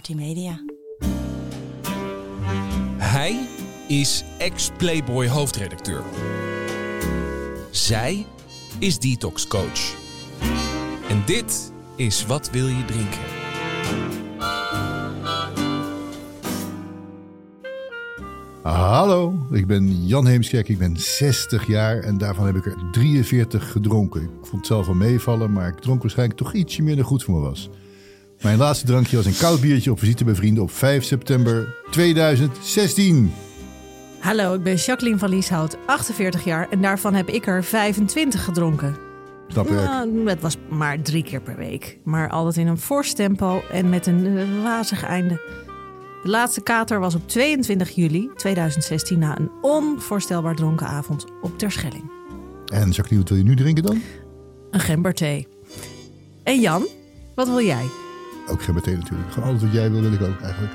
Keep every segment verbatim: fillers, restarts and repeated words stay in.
Liberty Media. Hij is ex-Playboy hoofdredacteur. Zij is detox coach. En dit is Wat wil je drinken? Hallo, ik ben Jan Heemskerk, ik ben zestig jaar en daarvan heb ik er drieënveertig gedronken. Ik vond het zelf wel meevallen, maar ik dronk waarschijnlijk toch ietsje minder goed voor me was. Mijn laatste drankje was een koud biertje op visite bij vrienden op vijf september tweeduizend zestien. Hallo, ik ben Jacqueline van Lieshout, achtenveertig jaar en daarvan heb ik er vijfentwintig gedronken. Snap je? Nou, het was maar drie keer per week, maar altijd in een fors tempo en met een uh, wazig einde. De laatste kater was op tweeëntwintig juli tweeduizend zestien na een onvoorstelbaar dronken avond op Terschelling. En Jacqueline, wat wil je nu drinken dan? Een gemberthee. En Jan, wat wil jij? Ook gemberthee natuurlijk. Gewoon alles wat jij wil, wil ik ook eigenlijk.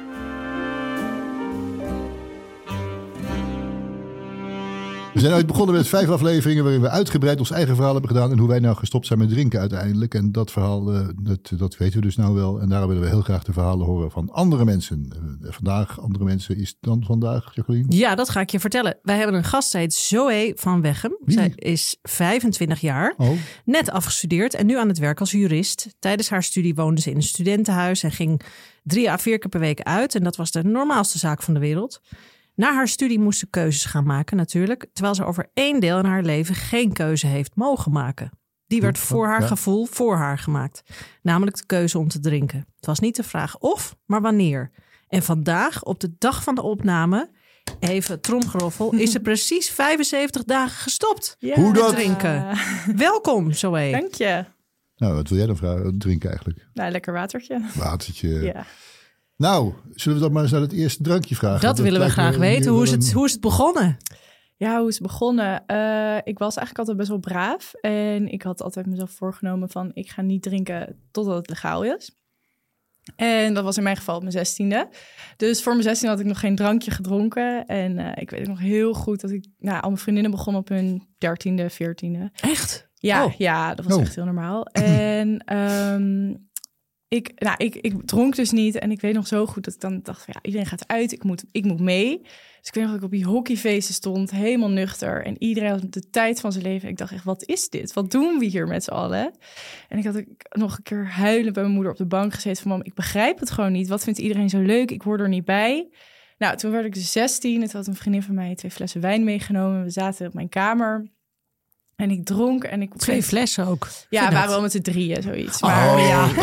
We zijn ooit begonnen met vijf afleveringen waarin we uitgebreid ons eigen verhaal hebben gedaan en hoe wij nou gestopt zijn met drinken uiteindelijk. En dat verhaal, uh, dat, dat weten we dus nou wel. En daarom willen we heel graag de verhalen horen van andere mensen. Uh, vandaag, andere mensen, is dan vandaag, Jacqueline? Ja, dat ga ik je vertellen. Wij hebben een gast, zij heet Zoe van Weggem. Wie? Zij is vijfentwintig jaar, Oh. net afgestudeerd en nu aan het werk als jurist. Tijdens haar studie woonde ze in een studentenhuis en ging drie à vier keer per week uit. En dat was de normaalste zaak van de wereld. Na haar studie moest ze keuzes gaan maken natuurlijk, terwijl ze over één deel in haar leven geen keuze heeft mogen maken. Die werd voor haar Ja. gevoel voor haar gemaakt. Namelijk de keuze om te drinken. Het was niet de vraag of, maar wanneer. En vandaag, op de dag van de opname, even tromgeroffel, is ze precies vijfenzeventig dagen gestopt Ja. Hoe met dat? drinken. Welkom, Zoe. Dank je. Nou, wat wil jij dan vragen? Drinken eigenlijk? Nou, lekker watertje. Watertje. Ja. Nou, zullen we dan maar eens naar het eerste drankje vragen? Dat willen we lijkt graag me weten. meer Hoe is, wel het, een- hoe is het begonnen? Ja, hoe is het begonnen? Uh, ik was eigenlijk altijd best wel braaf. En ik had altijd mezelf voorgenomen van... ik ga niet drinken totdat het legaal is. En dat was in mijn geval op mijn zestiende. Dus voor mijn zestiende had ik nog geen drankje gedronken. En uh, ik weet nog heel goed dat ik... Nou, al mijn vriendinnen begonnen op hun dertiende, veertiende. Echt? Ja, Oh. ja, dat was Oh. echt heel normaal. En um, ik, nou, ik, ik dronk dus niet. En ik weet nog zo goed dat ik dan dacht van ja, iedereen gaat uit. Ik moet, ik moet mee. Dus ik weet nog dat ik op die hockeyfeesten stond, helemaal nuchter. En iedereen had de tijd van zijn leven. Ik dacht echt, wat is dit? Wat doen we hier met z'n allen? En ik had ook nog een keer huilen bij mijn moeder op de bank gezeten van mam, ik begrijp het gewoon niet. Wat vindt iedereen zo leuk? Ik hoor er niet bij. Nou, toen werd ik dus zestien. En toen had een vriendin van mij twee flessen wijn meegenomen. We zaten op mijn kamer. En ik dronk en ik... Twee flessen ook. Ja, we waren wel met z'n drieën, zoiets. Maar Oh. ja,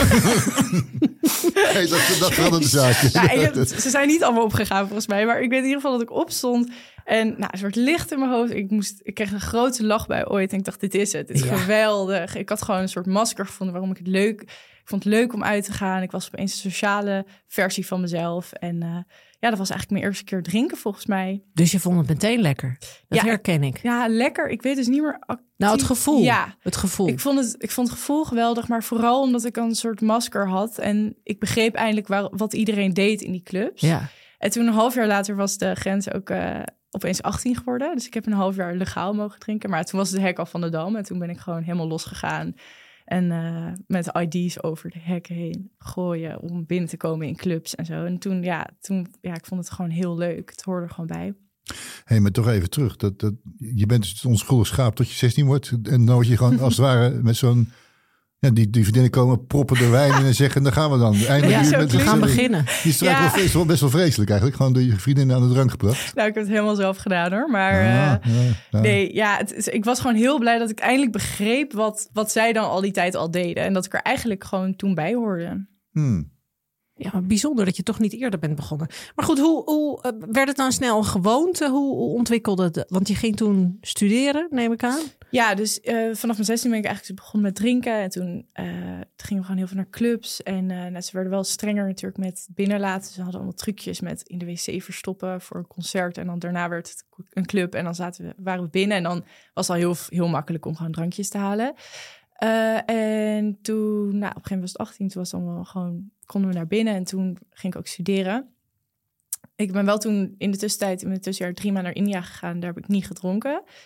Hey, dat, dat verandert de zaak. nou, ik heb, ze zijn niet allemaal opgegaan volgens mij. Maar ik weet in ieder geval dat ik opstond. En nou, het werd licht in mijn hoofd. Ik, moest, ik kreeg de grootste lach bij ooit. En ik dacht, dit is het. Dit is Ja. geweldig. Ik had gewoon een soort masker gevonden waarom ik het leuk... Ik vond het leuk om uit te gaan. Ik was opeens een sociale versie van mezelf. En uh, ja, dat was eigenlijk mijn eerste keer drinken volgens mij. Dus je vond het meteen lekker. Dat Ja. herken ik. Ja, lekker. Ik weet dus niet meer actief. Nou, het gevoel. Ja. Het gevoel. Ik vond, het, ik vond het gevoel geweldig, maar vooral omdat ik een soort masker had. En ik begreep eindelijk waar, wat iedereen deed in die clubs. Ja. En toen een half jaar later was de grens ook uh, opeens achttien geworden. Dus ik heb een half jaar legaal mogen drinken. Maar toen was het hek al van de dam. En toen ben ik gewoon helemaal losgegaan. En uh, met I D's over de hekken heen gooien om binnen te komen in clubs en zo. En toen, ja, toen, ja, ik vond het gewoon heel leuk. Het hoorde er gewoon bij. Hé, hey, maar toch even terug. Dat, dat, je bent dus een onschuldig schaap tot je zestien wordt. En dan word je gewoon als het ware met zo'n... Ja, die, die vriendinnen komen, proppen er wijn in en zeggen, dan gaan we dan. Eindelijk, Ja, je zo bent- We gaan beginnen. Die is Ja. wel, vreselijk, wel best wel vreselijk eigenlijk. Gewoon door je vriendinnen aan de drank gebracht. Nou, ik heb het helemaal zelf gedaan hoor. Maar Ah, uh, ja, ja. nee, ja, het is, ik was gewoon heel blij dat ik eindelijk begreep wat, wat zij dan al die tijd al deden. En dat ik er eigenlijk gewoon toen bij hoorde. Hmm. Ja, maar bijzonder dat je toch niet eerder bent begonnen. Maar goed, hoe, hoe uh, werd het dan snel een gewoonte? Hoe, hoe ontwikkelde het? Want je ging toen studeren, neem ik aan. Ja, dus uh, vanaf mijn zestien ben ik eigenlijk begonnen met drinken. En toen, uh, toen gingen we gewoon heel veel naar clubs. En uh, nou, ze werden wel strenger natuurlijk met binnenlaten. Ze hadden allemaal trucjes met in de wc verstoppen voor een concert. En dan daarna werd het een club. En dan zaten we, waren we binnen. En dan was het al heel, heel makkelijk om gewoon drankjes te halen. Uh, en toen, nou, op een gegeven moment was het achttien. Toen was het allemaal gewoon, konden we naar binnen. En toen ging ik ook studeren. Ik ben wel toen in de tussentijd, in mijn tussenjaar, drie maanden naar India gegaan. Daar heb ik niet gedronken.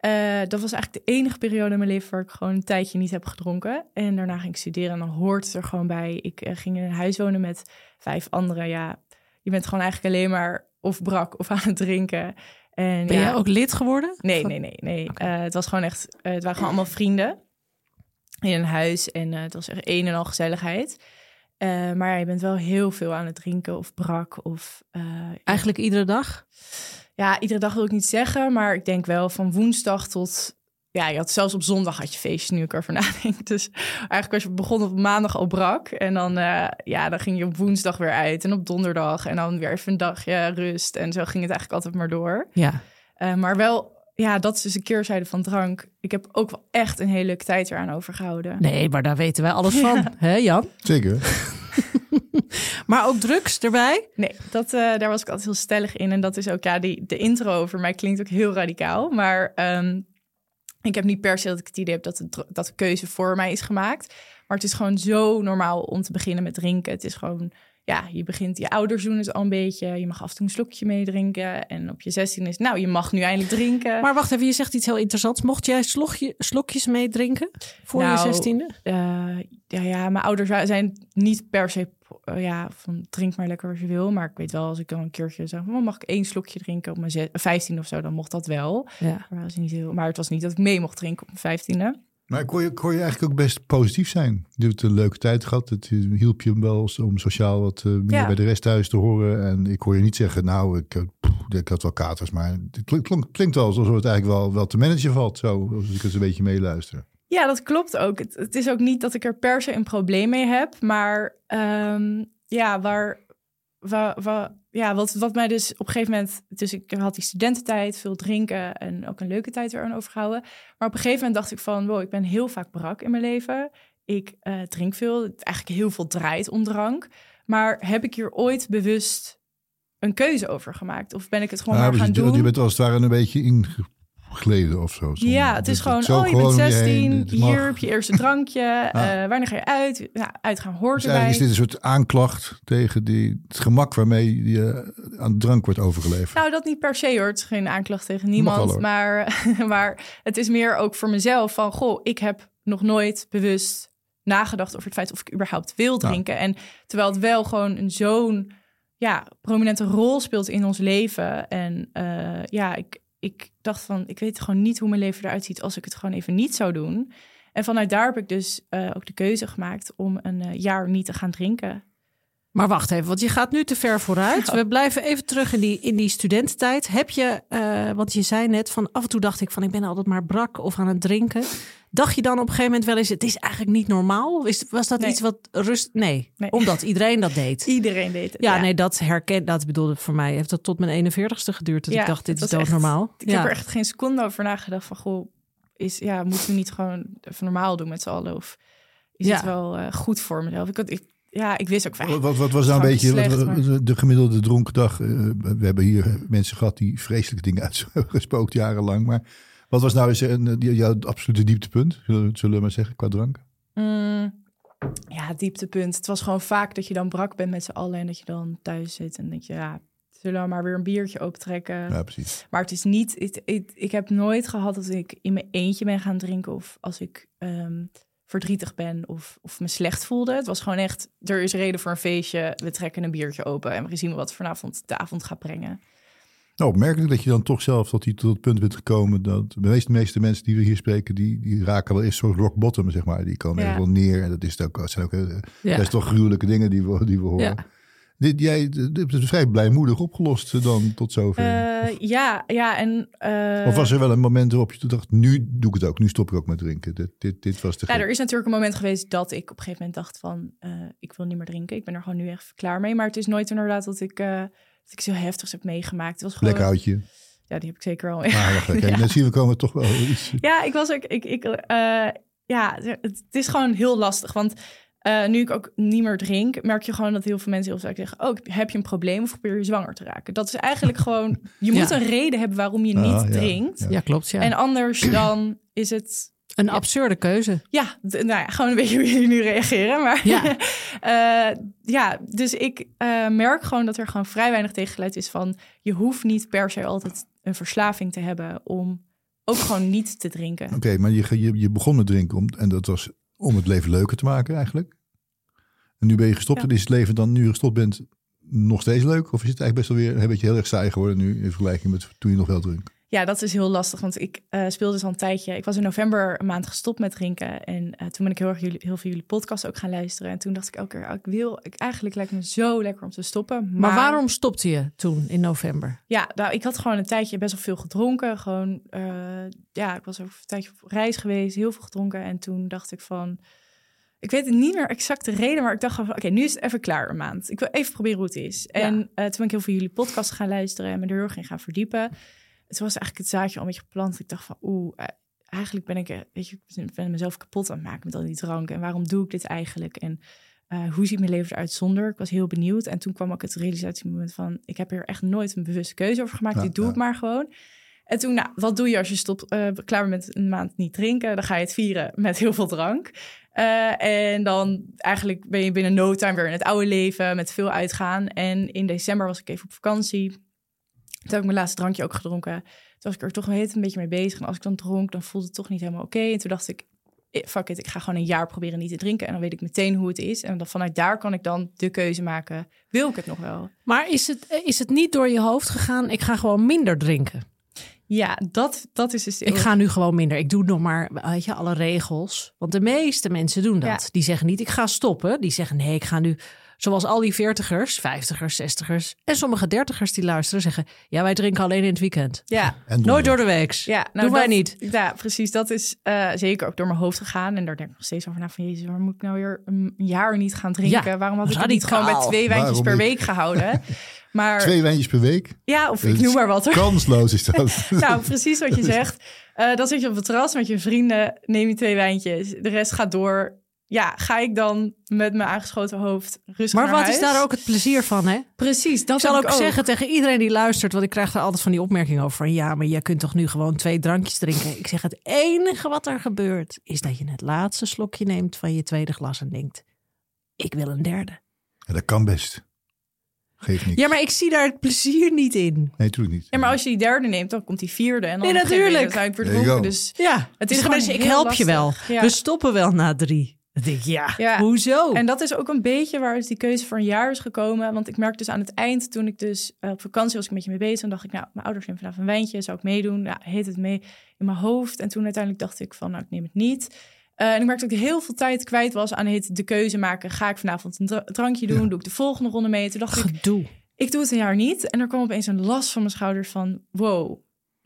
Uh, dat was eigenlijk de enige periode in mijn leven waar ik gewoon een tijdje niet heb gedronken. En daarna ging ik studeren en dan hoort het er gewoon bij. Ik uh, ging in een huis wonen met vijf anderen. Ja, je bent gewoon eigenlijk alleen maar of brak of aan het drinken. En, ben ja, jij ook lid geworden? Nee, nee, nee. nee. Okay. Uh, het was gewoon echt, uh, het waren gewoon allemaal vrienden in een huis. En uh, het was echt een en al gezelligheid. Uh, maar ja, je bent wel heel veel aan het drinken of brak. Of, uh, eigenlijk ja. iedere dag? Ja, iedere dag wil ik niet zeggen, maar ik denk wel van woensdag tot... Ja, je had zelfs op zondag had je feestjes, nu ik erover nadenk. Dus eigenlijk was je begon op maandag al brak. En dan, uh, ja, dan ging je op woensdag weer uit en op donderdag. En dan weer even een dagje rust. En zo ging het eigenlijk altijd maar door. Ja. Uh, maar wel, ja, dat is dus een keerzijde van drank. Ik heb ook wel echt een hele leuke tijd eraan overgehouden. Nee, maar daar weten wij alles van. Ja. Hè, Jan? Zeker. Maar ook drugs erbij? Nee, dat, uh, daar was ik altijd heel stellig in. En dat is ook, ja, die, de intro over mij klinkt ook heel radicaal. Maar um, ik heb niet per se dat ik het idee heb dat de, dat de keuze voor mij is gemaakt. Maar het is gewoon zo normaal om te beginnen met drinken. Het is gewoon, ja, je begint, je ouders doen het al een beetje. Je mag af en toe een slokje meedrinken. En op je zestien is, nou, je mag nu eindelijk drinken. Maar wacht even, je zegt iets heel interessants. Mocht jij slokje, slokjes meedrinken voor nou, je zestiende? Uh, ja, ja, mijn ouders zijn niet per se... Uh, ja, van drink maar lekker als je wil. Maar ik weet wel, als ik dan een keertje zeg... Oh, mag ik één slokje drinken op mijn zes, vijftien of zo... dan mocht dat wel. Ja. Maar, was niet heel, maar het was niet dat ik mee mocht drinken op mijn vijftiende. Maar kon je, kon je eigenlijk ook best positief zijn? Je hebt een leuke tijd gehad. Het hielp je wel om sociaal wat uh, meer ja. bij de rest thuis te horen. En ik hoor je niet zeggen... nou, ik, pff, ik had wel katers. Maar het klinkt, klinkt wel alsof het eigenlijk wel, wel te managen valt. Zo, als ik eens een beetje meeluister. Ja, dat klopt ook. Het, het is ook niet dat ik er per se een probleem mee heb. Maar um, ja, waar, waar, waar, ja wat, wat mij dus op een gegeven moment... Dus ik had die studententijd, veel drinken en ook een leuke tijd eraan overgehouden. Maar op een gegeven moment dacht ik van... wow, ik ben heel vaak brak in mijn leven. Ik uh, drink veel. Het eigenlijk heel veel draait om drank. Maar heb ik hier ooit bewust een keuze over gemaakt? Of ben ik het gewoon ja, maar gaan je, doen? Je bent als het ware een beetje inge... geleden of zo. Zonder, ja, het is gewoon, het oh, je bent zestien, je hier heb je eerste drankje. ah. uh, wanneer ga je uit? Nou, uitgaan hoort dus erbij. Is dit een soort aanklacht tegen die, het gemak waarmee je aan drank wordt overgeleverd? Nou, dat niet per se hoor. Het is geen aanklacht tegen niemand. Wel, maar, maar het is meer ook voor mezelf van, goh, ik heb nog nooit bewust nagedacht over het feit of ik überhaupt wil drinken. Ja. En terwijl het wel gewoon een zo'n ja, prominente rol speelt in ons leven. En uh, ja, ik Ik dacht van, ik weet gewoon niet hoe mijn leven eruit ziet als ik het gewoon even niet zou doen. En vanuit daar heb ik dus uh, ook de keuze gemaakt om een uh, jaar niet te gaan drinken. Maar wacht even, want je gaat nu te ver vooruit. We blijven even terug in die, in die studententijd. Heb je, uh, want je zei net van af en toe dacht ik van ik ben altijd maar brak of aan het drinken. Dacht je dan op een gegeven moment wel eens, het is eigenlijk niet normaal? Is, was dat nee. iets wat rust? Nee, nee, omdat iedereen dat deed. Iedereen deed het. Ja, ja. nee, dat herken, dat bedoelde voor mij. Heeft dat tot mijn eenenveertigste geduurd. Dat ja, ik dacht, dit is doodnormaal. Ik ja. heb er echt geen seconde over nagedacht van, goh, is, ja, moeten we niet gewoon even normaal doen met z'n allen? Of is ja. het wel uh, goed voor mezelf? Ik, ik, ja, ik wist ook van, Wat, wat, wat was nou een beetje slecht, wat, maar... de gemiddelde dronkendag? Uh, we hebben hier mensen gehad die vreselijke dingen uitgespookt jarenlang, maar... Wat was nou eens een, jouw absolute dieptepunt, zullen, zullen we maar zeggen, qua drank? Mm, ja, dieptepunt. Het was gewoon vaak dat je dan brak bent met z'n allen... en dat je dan thuis zit en denk je, ja, zullen we maar weer een biertje opentrekken? Ja, precies. Maar het is niet... Het, het, ik heb nooit gehad dat ik in mijn eentje ben gaan drinken... of als ik um, verdrietig ben of, of me slecht voelde. Het was gewoon echt, er is reden voor een feestje. We trekken een biertje open en we zien wat vanavond de avond gaat brengen. Nou, opmerkelijk dat je dan toch zelf tot, die, tot het punt bent gekomen dat de meeste, meeste mensen die we hier spreken, die, die raken wel eerst zo rock bottom, zeg maar. Die komen ja. wel neer en dat is ook, dat zijn ook uh, ja. best toch gruwelijke dingen die we, die we horen. Ja. Dit, jij het is vrij blijmoedig opgelost dan tot zover. Uh, ja, ja. En, uh, of was er wel een moment waarop je toen dacht, nu doe ik het ook, nu stop ik ook met drinken. Dit, dit, dit was te ja, er is natuurlijk een moment geweest dat ik op een gegeven moment dacht van, uh, ik wil niet meer drinken. Ik ben er gewoon nu echt klaar mee. Maar het is nooit inderdaad dat ik... Uh, dat ik zo heftigs heb meegemaakt. Het was gewoon... Blackoutje. Ja, die heb ik zeker al. Ah, wacht, okay. ja. Net zien we komen toch wel iets. Ja, ik was ook... Ik, ik, uh, ja, het is gewoon heel lastig. Want uh, nu ik ook niet meer drink, merk je gewoon dat heel veel mensen heel vaak zeggen, oh, heb je een probleem of probeer je zwanger te raken? Dat is eigenlijk gewoon... Je moet ja. een reden hebben waarom je niet ah, drinkt. Ja. ja, klopt. Ja. En anders dan is het... Een absurde keuze. Ja, d- nou ja, gewoon een beetje hoe jullie nu reageren. Maar ja, uh, ja dus ik uh, merk gewoon dat er gewoon vrij weinig tegengeluid is van... je hoeft niet per se altijd een verslaving te hebben om ook gewoon niet te drinken. Oké, okay, maar je, je, je begon met drinken om, en dat was om het leven leuker te maken eigenlijk. En nu ben je gestopt Ja. en is het leven dan, nu je gestopt bent, nog steeds leuk? Of is het eigenlijk best wel weer een beetje heel erg saai geworden nu in vergelijking met toen je nog wel dronk? Ja, dat is heel lastig, want ik uh, speelde dus al een tijdje. Ik was in november een maand gestopt met drinken. En uh, toen ben ik heel erg jullie, heel veel jullie podcasts ook gaan luisteren. En toen dacht ik elke keer, oh, ik wil, ik, eigenlijk lijkt me zo lekker om te stoppen. Maar, Maar waarom stopte je toen in november? Ja, nou, ik had gewoon een tijdje best wel veel gedronken. Gewoon, uh, ja, ik was ook een tijdje op reis geweest, heel veel gedronken. En toen dacht ik van, ik weet het niet meer exact de reden, maar ik dacht van, oké, okay, nu is het even klaar een maand. Ik wil even proberen hoe het is. Ja. En uh, toen ben ik heel veel jullie podcasts gaan luisteren en me er heel erg in gaan verdiepen. Het was eigenlijk het zaadje al een beetje geplant. Ik dacht van, oeh, eigenlijk ben ik, weet je, ik ben mezelf kapot aan het maken met al die drank. En waarom doe ik dit eigenlijk? En uh, hoe ziet mijn leven eruit zonder? Ik was heel benieuwd. En toen kwam ook het realisatiemoment van, ik heb hier echt nooit een bewuste keuze over gemaakt. Ja, dit doe ja. ik maar gewoon. En toen, nou, wat doe je als je stopt, uh, klaar bent met een maand niet drinken? Dan ga je het vieren met heel veel drank. Uh, en dan eigenlijk ben je binnen no time weer in het oude leven met veel uitgaan. En in december was ik even op vakantie. Toen heb ik mijn laatste drankje ook gedronken. Toen was ik er toch een beetje mee bezig. En als ik dan dronk, dan voelde het toch niet helemaal oké. Okay. En toen dacht ik, fuck it, ik ga gewoon een jaar proberen niet te drinken. En dan weet ik meteen hoe het is. En dan vanuit daar kan ik dan de keuze maken. Wil ik het nog wel? Maar is het, is het niet door je hoofd gegaan, ik ga gewoon minder drinken? Ja, dat, dat is dus... Ik ga nu gewoon minder. Ik doe nog maar, weet je, alle regels. Want de meeste mensen doen dat. Ja. Die zeggen niet, ik ga stoppen. Die zeggen, nee, ik ga nu... Zoals al die veertigers, vijftigers, zestigers en sommige dertigers die luisteren zeggen... ja, wij drinken alleen in het weekend. Ja. En nooit door de weeks. Ja, nou, doen wij dat, niet. Ja, precies. Dat is uh, zeker ook door mijn hoofd gegaan. En daar denk ik nog steeds over na van... Jezus, waarom moet ik nou weer een jaar niet gaan drinken? Ja, waarom had ik het niet gewoon bij twee wijntjes waarom per ik... week gehouden? Maar, twee wijntjes per week? Ja, of ik noem maar wat. Hoor. Kansloos is dat. Nou, precies wat je zegt. Uh, dan zit je op het terras met je vrienden, neem je twee wijntjes. De rest gaat door... Ja, ga ik dan met mijn aangeschoten hoofd rustig Maar naar wat huis? is daar ook het plezier van, hè? Precies, dat ik zal ook, ook zeggen tegen iedereen die luistert... want ik krijg daar altijd van die opmerking over... van ja, maar jij kunt toch nu gewoon twee drankjes drinken? Ik zeg, het enige wat er gebeurt... is dat je het laatste slokje neemt van je tweede glas... en denkt, ik wil een derde. Ja, dat kan best. Geeft niks. Ja, maar ik zie daar het plezier niet in. Nee, natuurlijk niet. Ja, maar als je die derde neemt, dan komt die vierde. En dan nee, natuurlijk. Dan ik weer dronken, dus ja, het is dus gewoon mensen, ik help lastig. je wel. Ja. We stoppen wel na drie. Dan denk ik, ja, ja, hoezo? En dat is ook een beetje waar die keuze voor een jaar is gekomen. Want ik merkte dus aan het eind, toen ik dus uh, op vakantie was ik een beetje mee bezig. En dacht ik, nou, mijn ouders nemen vanavond een wijntje. Zou ik meedoen? Nou, heet het mee in mijn hoofd. En toen uiteindelijk dacht ik van, nou, ik neem het niet. Uh, en ik merkte dat ik heel veel tijd kwijt was aan het de keuze maken. Ga ik vanavond een dra- drankje doen? Ja. Doe ik de volgende ronde mee? Toen dacht Gedoe. ik, ik doe het een jaar niet. En er kwam opeens een last van mijn schouders van, wow,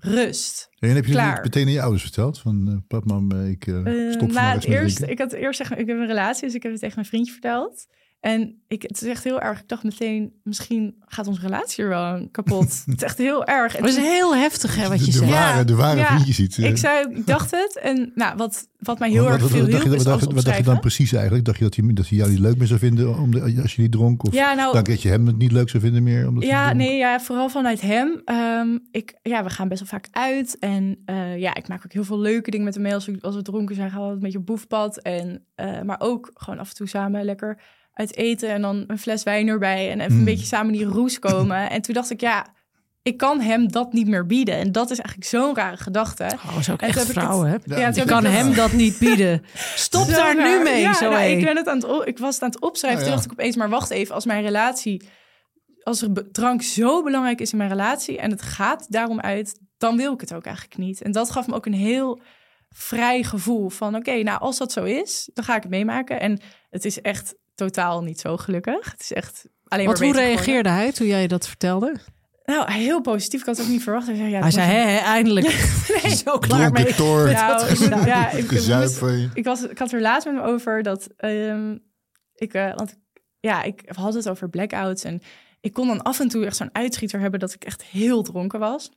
rust. En heb je Klaar. het meteen aan je ouders verteld? Van uh, pap, mam, ik uh, uh, stop nou, vandaag met eerst, drinken? Ik had eerst zeggen, ik heb een relatie, dus ik heb het tegen mijn vriendje verteld. En ik, het is echt heel erg. Ik dacht meteen, misschien gaat onze relatie er wel kapot. Het is echt heel erg. Het is heel heftig, hè, wat je de, de zegt. Ware, de ware ja, vriendje ziet. Ik zei, ik dacht het. En nou, wat, wat mij heel wat, erg wat, veel wat, hielp, wat, is wat, alles wat, wat dacht je dan precies eigenlijk? Dacht je dat hij, dat hij jou niet leuk meer zou vinden om de, als je niet dronk? Of ja, nou, dan dat je hem het niet leuk zou vinden meer? Omdat ja, hij nee, ja, vooral vanuit hem. Um, ik, ja, we gaan best wel vaak uit. En uh, ja, ik maak ook heel veel leuke dingen met hem mee. Als we, als we dronken zijn, gaan we een beetje op boefpad. En, uh, maar ook gewoon af en toe samen lekker uit eten en dan een fles wijn erbij en even mm. een beetje samen in die roes komen. En toen dacht ik, ja, ik kan hem dat niet meer bieden. En dat is eigenlijk zo'n rare gedachte. Oh, dat is ook echt vrouwen, hè? Ja, ja, ik kan ik hem dat... dat niet bieden. Stop zo daar raar. nu mee, ja, zo nou, ik, ben het aan het, ik was het aan het opschrijven. Oh, ja. Toen dacht ik opeens, maar wacht even, als mijn relatie, als er drank zo belangrijk is in mijn relatie en het gaat daarom uit, dan wil ik het ook eigenlijk niet. En dat gaf me ook een heel vrij gevoel van, oké, okay, nou, als dat zo is, dan ga ik het meemaken. En het is echt totaal niet zo gelukkig. Het is echt alleen Wat, maar hoe reageerde geworden. hij toen jij dat vertelde? Nou, heel positief. Ik had het ook niet verwacht. Hij zei, ja, hij zei, hé, eindelijk. nee. Zo klaar mee. Toort. Nou, ik, ja, ik, ik, moest, ik, ik, was, ik had er laatst met hem over dat... Um, ik, uh, want ja, ik had het over blackouts. En ik kon dan af en toe echt zo'n uitschieter hebben dat ik echt heel dronken was.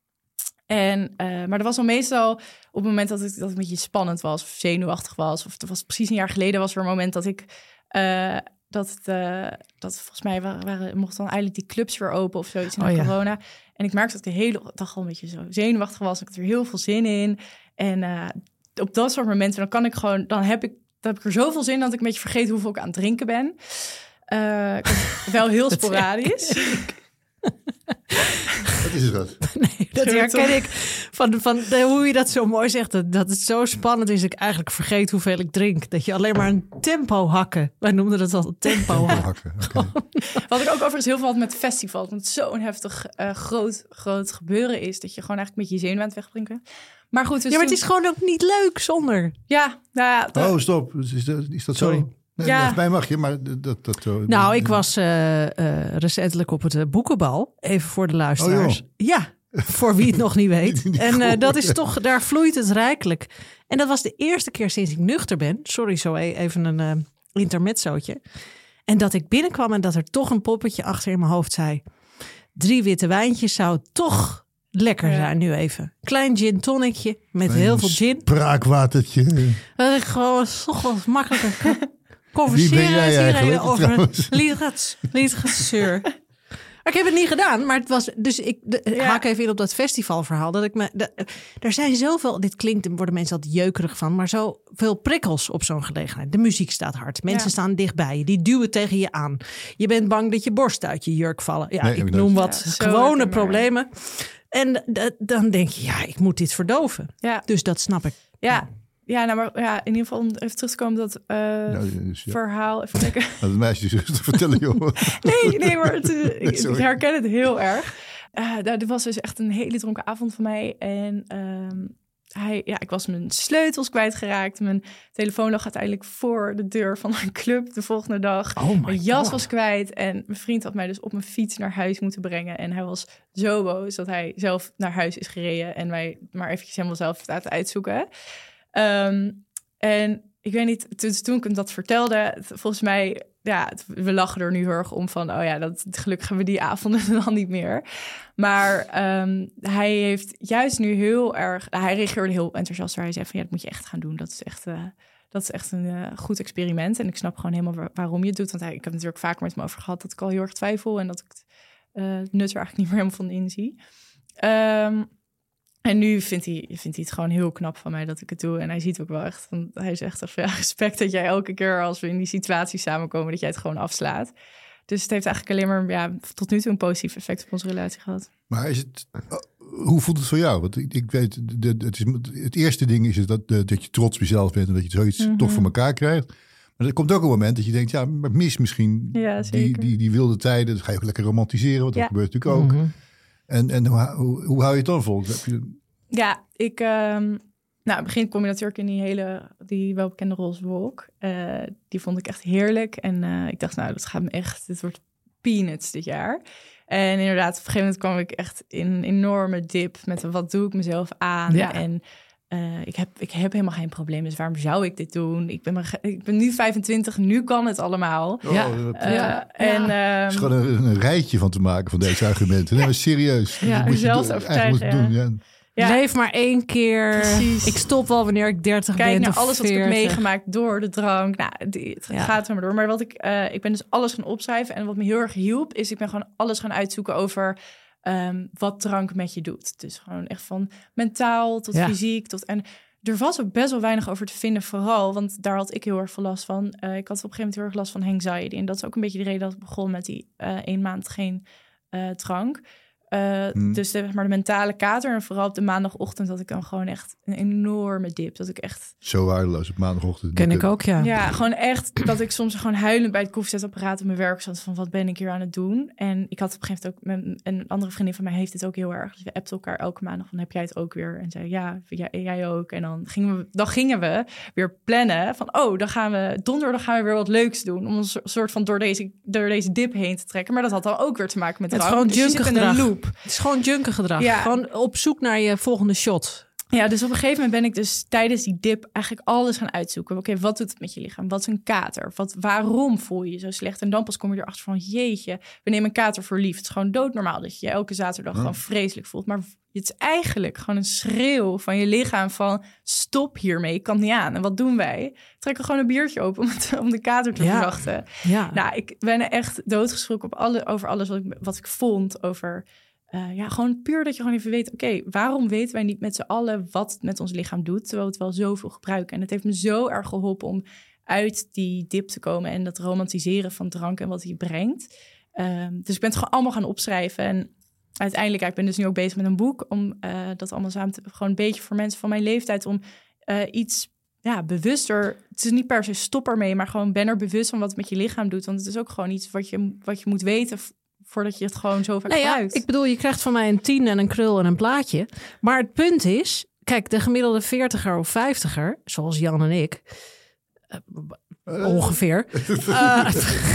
En, uh, maar dat was al meestal op het moment dat het, dat het een beetje spannend was of zenuwachtig was. Of het was precies een jaar geleden was er een moment dat ik... Uh, dat het, uh, dat volgens mij waren, waren, mochten dan eigenlijk die clubs weer open of zoiets na oh, ja. corona. En ik merkte dat ik de hele dag al een beetje zo zenuwachtig was. Ik had er heel veel zin in. En uh, op dat soort momenten, dan kan ik gewoon, dan heb ik, dan heb ik er zoveel zin in dat ik een beetje vergeet hoeveel ik aan het drinken ben. Uh, wel heel sporadisch. Wat is dat? Nee, dat herken ik van, van de, hoe je dat zo mooi zegt. Dat, dat het zo spannend is dat ik eigenlijk vergeet hoeveel ik drink. Dat je alleen maar een tempo hakken. Wij noemden dat al tempo hakken. Okay. Wat ik ook overigens heel veel had met festivals. Want het zo'n heftig uh, groot, groot gebeuren is. Dat je gewoon eigenlijk met je zenuwen aan het wegdrinken. Maar goed. Dus ja, maar toen... het is gewoon ook niet leuk zonder. Ja, nou ja. Dat... Oh, stop. Is dat, is dat Sorry. zo? Nee, ja. Volgens mij mag je, maar dat... dat uh, nou, ik was uh, uh, recentelijk op het uh, boekenbal. Even voor de luisteraars. Oh, ja, voor wie het nog niet weet. En uh, dat is toch, daar vloeit het rijkelijk. En dat was de eerste keer sinds ik nuchter ben. Sorry, zo even een uh, intermezzootje. En dat ik binnenkwam en dat er toch een poppetje achter in mijn hoofd zei... drie witte wijntjes zou toch lekker ja. zijn nu even. Klein gin tonicje met een heel veel gin. Spraakwatertje. Dat ik gewoon toch wat makkelijker... Wie ben jij eigenlijk over literatuur. Ik heb het niet gedaan, maar het was... Dus ik de, ja. haak even in op dat festivalverhaal. Dat ik me, de, er zijn zoveel... Dit klinkt, er worden mensen altijd jeukerig van... maar zoveel prikkels op zo'n gelegenheid. De muziek staat hard. Mensen ja. staan dichtbij je. Die duwen tegen je aan. Je bent bang dat je borst uit je jurk vallen. Ja, nee, ik noem wat ja, gewone problemen. En d- dan denk je, ja, ik moet dit verdoven. Ja. Dus dat snap ik. Ja. Ja, nou, maar ja, in ieder geval om even terug te komen dat uh, ja, dus, ja. verhaal. Even kijken. Dat het meisje dus rustig vertellen, joh. nee, nee, maar het, uh, ik, ik herken het heel erg. Uh, nou, dit was dus echt een hele dronken avond voor mij. En um, hij, ja, ik was mijn sleutels kwijtgeraakt. Mijn telefoon lag uiteindelijk voor de deur van een club de volgende dag. Oh mijn jas God. was kwijt. En mijn vriend had mij dus op mijn fiets naar huis moeten brengen. En hij was zo boos dat hij zelf naar huis is gereden. En mij maar eventjes helemaal zelf heeft laten uitzoeken. Um, en ik weet niet, toen, toen ik hem dat vertelde, volgens mij, ja, het, we lachen er nu heel erg om van, oh ja, dat, gelukkig hebben we die avonden dan niet meer. Maar um, hij heeft juist nu heel erg, hij reageerde heel enthousiast, waar hij zei van, ja, dat moet je echt gaan doen. Dat is echt, uh, dat is echt een uh, goed experiment. En ik snap gewoon helemaal waar, waarom je het doet. Want hij, ik heb natuurlijk vaker met hem over gehad dat ik al heel erg twijfel en dat ik het uh, nut er eigenlijk niet meer helemaal van inzie. Um, En nu vindt hij, vindt hij het gewoon heel knap van mij dat ik het doe. En hij ziet ook wel echt, van, hij zegt echt van, ja, respect dat jij elke keer als we in die situatie samenkomen, dat jij het gewoon afslaat. Dus het heeft eigenlijk alleen maar, ja, tot nu toe een positief effect op onze relatie gehad. Maar is het, hoe voelt het voor jou? Want ik, ik weet, de, het, is, het eerste ding is dat, de, dat je trots op jezelf bent en dat je zoiets mm-hmm. toch voor elkaar krijgt. Maar er komt ook een moment dat je denkt, ja, maar ik mis misschien ja, die, die, die wilde tijden. Dat ga je ook lekker romantiseren, want ja. dat gebeurt natuurlijk ook. Mm-hmm. En, en hoe, hoe, hoe hou je het dan vol? Heb je... Ja, ik... Um, nou, in het begin kom je natuurlijk in die hele, die welbekende roze wolk. Uh, die vond ik echt heerlijk. En uh, ik dacht, nou, dat gaat me echt... Dit wordt peanuts dit jaar. En inderdaad, op een gegeven moment kwam ik echt in een enorme dip met wat doe ik mezelf aan. Ja. En uh, ik, heb, ik heb helemaal geen probleem, dus waarom zou ik dit doen? Ik ben, maar, ik ben nu vijfentwintig, nu kan het allemaal. Oh, ja. Dat, uh, ja. En, er is gewoon een, een rijtje van te maken van deze argumenten. Nee, maar serieus. Ja, moet zelfs je overtuigen. doen, ja. Ja. Leef maar één keer. Precies. Ik stop wel wanneer ik dertig Kijk ben. naar of alles wat ik veertig. heb meegemaakt door de drank. Nou, die, het ja. gaat er maar door. Maar wat ik, uh, ik ben dus alles gaan opschrijven. En wat me heel erg hielp, is ik ben gewoon alles gaan uitzoeken over um, wat drank met je doet. Dus gewoon echt van mentaal tot ja. fysiek. Tot, en er was ook best wel weinig over te vinden, vooral. Want daar had ik heel erg veel last van. Uh, ik had op een gegeven moment heel erg last van anxiety. En dat is ook een beetje de reden dat ik begon met die uh, één maand geen uh, drank. Uh, hmm. Dus de, maar de mentale kater. En vooral op de maandagochtend had ik dan gewoon echt een enorme dip. Dat ik echt... Zo waardeloos op maandagochtend. Ken ik ook, ja. Ja, gewoon echt dat ik soms gewoon huilend bij het koffiezetapparaat op mijn werk zat van wat ben ik hier aan het doen? En ik had op een gegeven moment ook... Met, een andere vriendin van mij heeft dit ook heel erg. Dus we appten elkaar elke maandag van heb jij het ook weer? En zei ja, jij, jij ook. En dan gingen, we, dan gingen we weer plannen van oh, dan gaan we donderdag gaan we weer wat leuks doen. Om een soort van door deze, door deze dip heen te trekken. Maar dat had dan ook weer te maken met het drank. gewoon dus je zit in een loop. Het is gewoon junkergedrag. Ja. Gewoon op zoek naar je volgende shot. Ja, dus op een gegeven moment ben ik dus tijdens die dip eigenlijk alles gaan uitzoeken. Oké, okay, wat doet het met je lichaam? Wat is een kater? Wat, waarom voel je je zo slecht? En dan pas kom je erachter van, jeetje, we nemen een kater voor lief. Het is gewoon doodnormaal dat je je elke zaterdag ja. gewoon vreselijk voelt. Maar het is eigenlijk gewoon een schreeuw van je lichaam van, stop hiermee, ik kan het niet aan. En wat doen wij? Trekken gewoon een biertje open om, het, om de kater te ja. verzachten. Ja. Nou, ik ben echt doodgeschrokken op alle, over alles wat ik, wat ik vond, over... Uh, ja, gewoon puur dat je gewoon even weet... oké, okay, waarom weten wij niet met z'n allen wat het met ons lichaam doet... terwijl we het wel zoveel gebruiken. En het heeft me zo erg geholpen om uit die dip te komen... en dat romantiseren van drank en wat hij brengt. Um, dus ik ben het gewoon allemaal gaan opschrijven. En uiteindelijk, ja, ik ben dus nu ook bezig met een boek... om uh, dat allemaal samen te... gewoon een beetje voor mensen van mijn leeftijd... om uh, iets ja, bewuster... Het is niet per se stop ermee... maar gewoon ben er bewust van wat het met je lichaam doet. Want het is ook gewoon iets wat je, wat je moet weten... voordat je het gewoon zo vaak nee, gebruikt. Ja, ik bedoel, je krijgt van mij een tien en een krul en een plaatje. Maar het punt is... Kijk, de gemiddelde veertiger of vijftiger... zoals Jan en ik... Uh, ongeveer... Uh,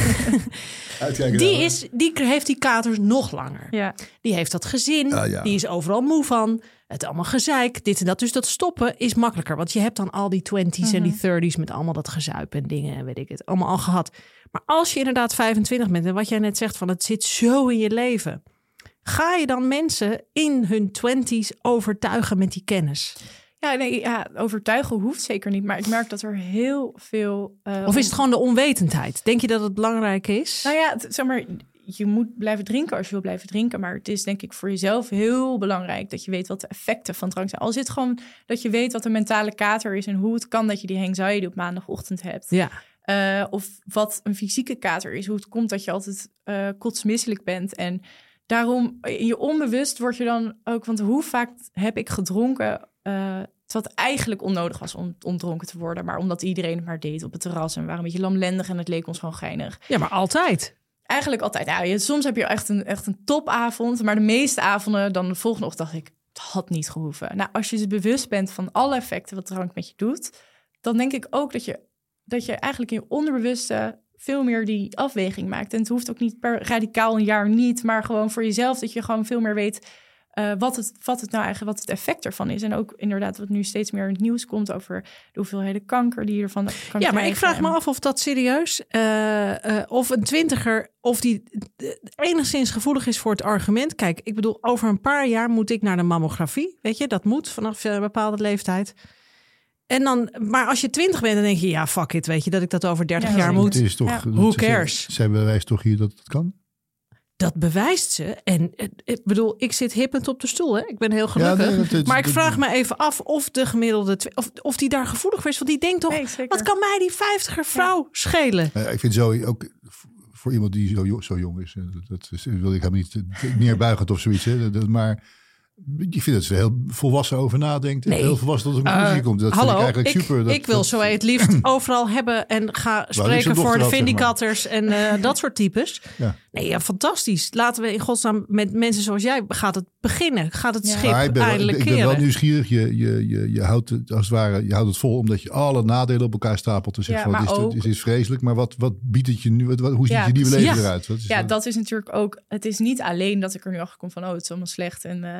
die, is, die heeft die katers nog langer. Ja. Die heeft dat gezin. Ah, ja. Die is overal moe van. Het allemaal gezeik. Dit en dat. Dus dat stoppen is makkelijker. Want je hebt dan al die twinties mm-hmm. en die derties... met allemaal dat gezuip en dingen en weet ik het. Allemaal al gehad. Maar als je inderdaad vijfentwintig bent... en wat jij net zegt van het zit zo in je leven... ga je dan mensen in hun twinties overtuigen met die kennis? Ja, nee, ja, overtuigen hoeft zeker niet. Maar ik merk dat er heel veel... Uh, of is het gewoon de onwetendheid? Denk je dat het belangrijk is? Nou ja, het, zeg maar, je moet blijven drinken als je wil blijven drinken. Maar het is denk ik voor jezelf heel belangrijk... dat je weet wat de effecten van drank zijn. Al is het gewoon dat je weet wat een mentale kater is... en hoe het kan dat je die anxiety op maandagochtend hebt. Ja. Uh, of wat een fysieke kater is. Hoe het komt dat je altijd uh, kotsmisselijk bent. En daarom, in je onbewust word je dan ook... want hoe vaak heb ik gedronken... Uh, wat eigenlijk onnodig was om, om dronken te worden... maar omdat iedereen het maar deed op het terras... en we waren een beetje lamlendig en het leek ons gewoon geinig. Ja, maar altijd. Eigenlijk altijd. Nou, je, soms heb je echt een, echt een topavond... maar de meeste avonden, dan de volgende ochtend dacht ik... het had niet gehoeven. Nou, als je bewust bent van alle effecten wat drank met je doet... dan denk ik ook dat je, dat je eigenlijk in je onderbewuste... veel meer die afweging maakt. En het hoeft ook niet per radicaal een jaar niet... maar gewoon voor jezelf dat je gewoon veel meer weet... Uh, wat, het, wat het nou eigenlijk, wat het effect ervan is. En ook inderdaad wat nu steeds meer in het nieuws komt... over de hoeveelheden kanker die je ervan kan krijgen. Ja, maar ik vraag me af of dat serieus... Uh, uh, of een twintiger, of die uh, enigszins gevoelig is voor het argument. Kijk, ik bedoel, over een paar jaar moet ik naar de mammografie. Weet je, dat moet vanaf een bepaalde leeftijd. En dan, maar als je twintig bent, dan denk je... ja, fuck it, weet je, dat ik dat over dertig ja, jaar moet. Het is toch, ja. Who cares? Zij bewijst toch hier dat het kan? Dat bewijst ze. En ik bedoel, ik zit hippend op de stoel. Hè? Ik ben heel gelukkig. Ja, nee, het, het, maar ik vraag me even af of de gemiddelde... Of, of die daar gevoelig voor is. Want die denkt toch, nee, wat kan mij die vijftiger vrouw ja. schelen? Ja, ik vind zo ook... voor iemand die zo, zo jong is... dat is, wil ik helemaal niet neerbuigend of zoiets. Hè, dat, maar... Ik vind dat ze heel volwassen over nadenkt. Nee. Heel volwassen tot een conclusie uh, komt. Dat hallo, vind ik eigenlijk ik, super. Dat, ik wil dat, zo het liefst overal hebben en ga spreken voor de vindikatters zeg maar. en uh, dat soort types. Ja. Nee, ja, fantastisch. Laten we in godsnaam met mensen zoals jij gaat het beginnen. Gaat het ja. schip ja, ik ben eindelijk wel, ik, keren. Ik ben wel nieuwsgierig. Je, je, je, je houdt het als het ware, je houdt het vol omdat je alle nadelen op elkaar stapelt. Dus ja, van, het, is, ook, het is vreselijk. Maar wat, wat biedt het je nu? Wat, hoe ziet ja, je nieuwe leven ja. eruit? Wat is ja, dat? dat is natuurlijk ook. Het is niet alleen dat ik er nu achter kom van oh, het is allemaal slecht en. Uh,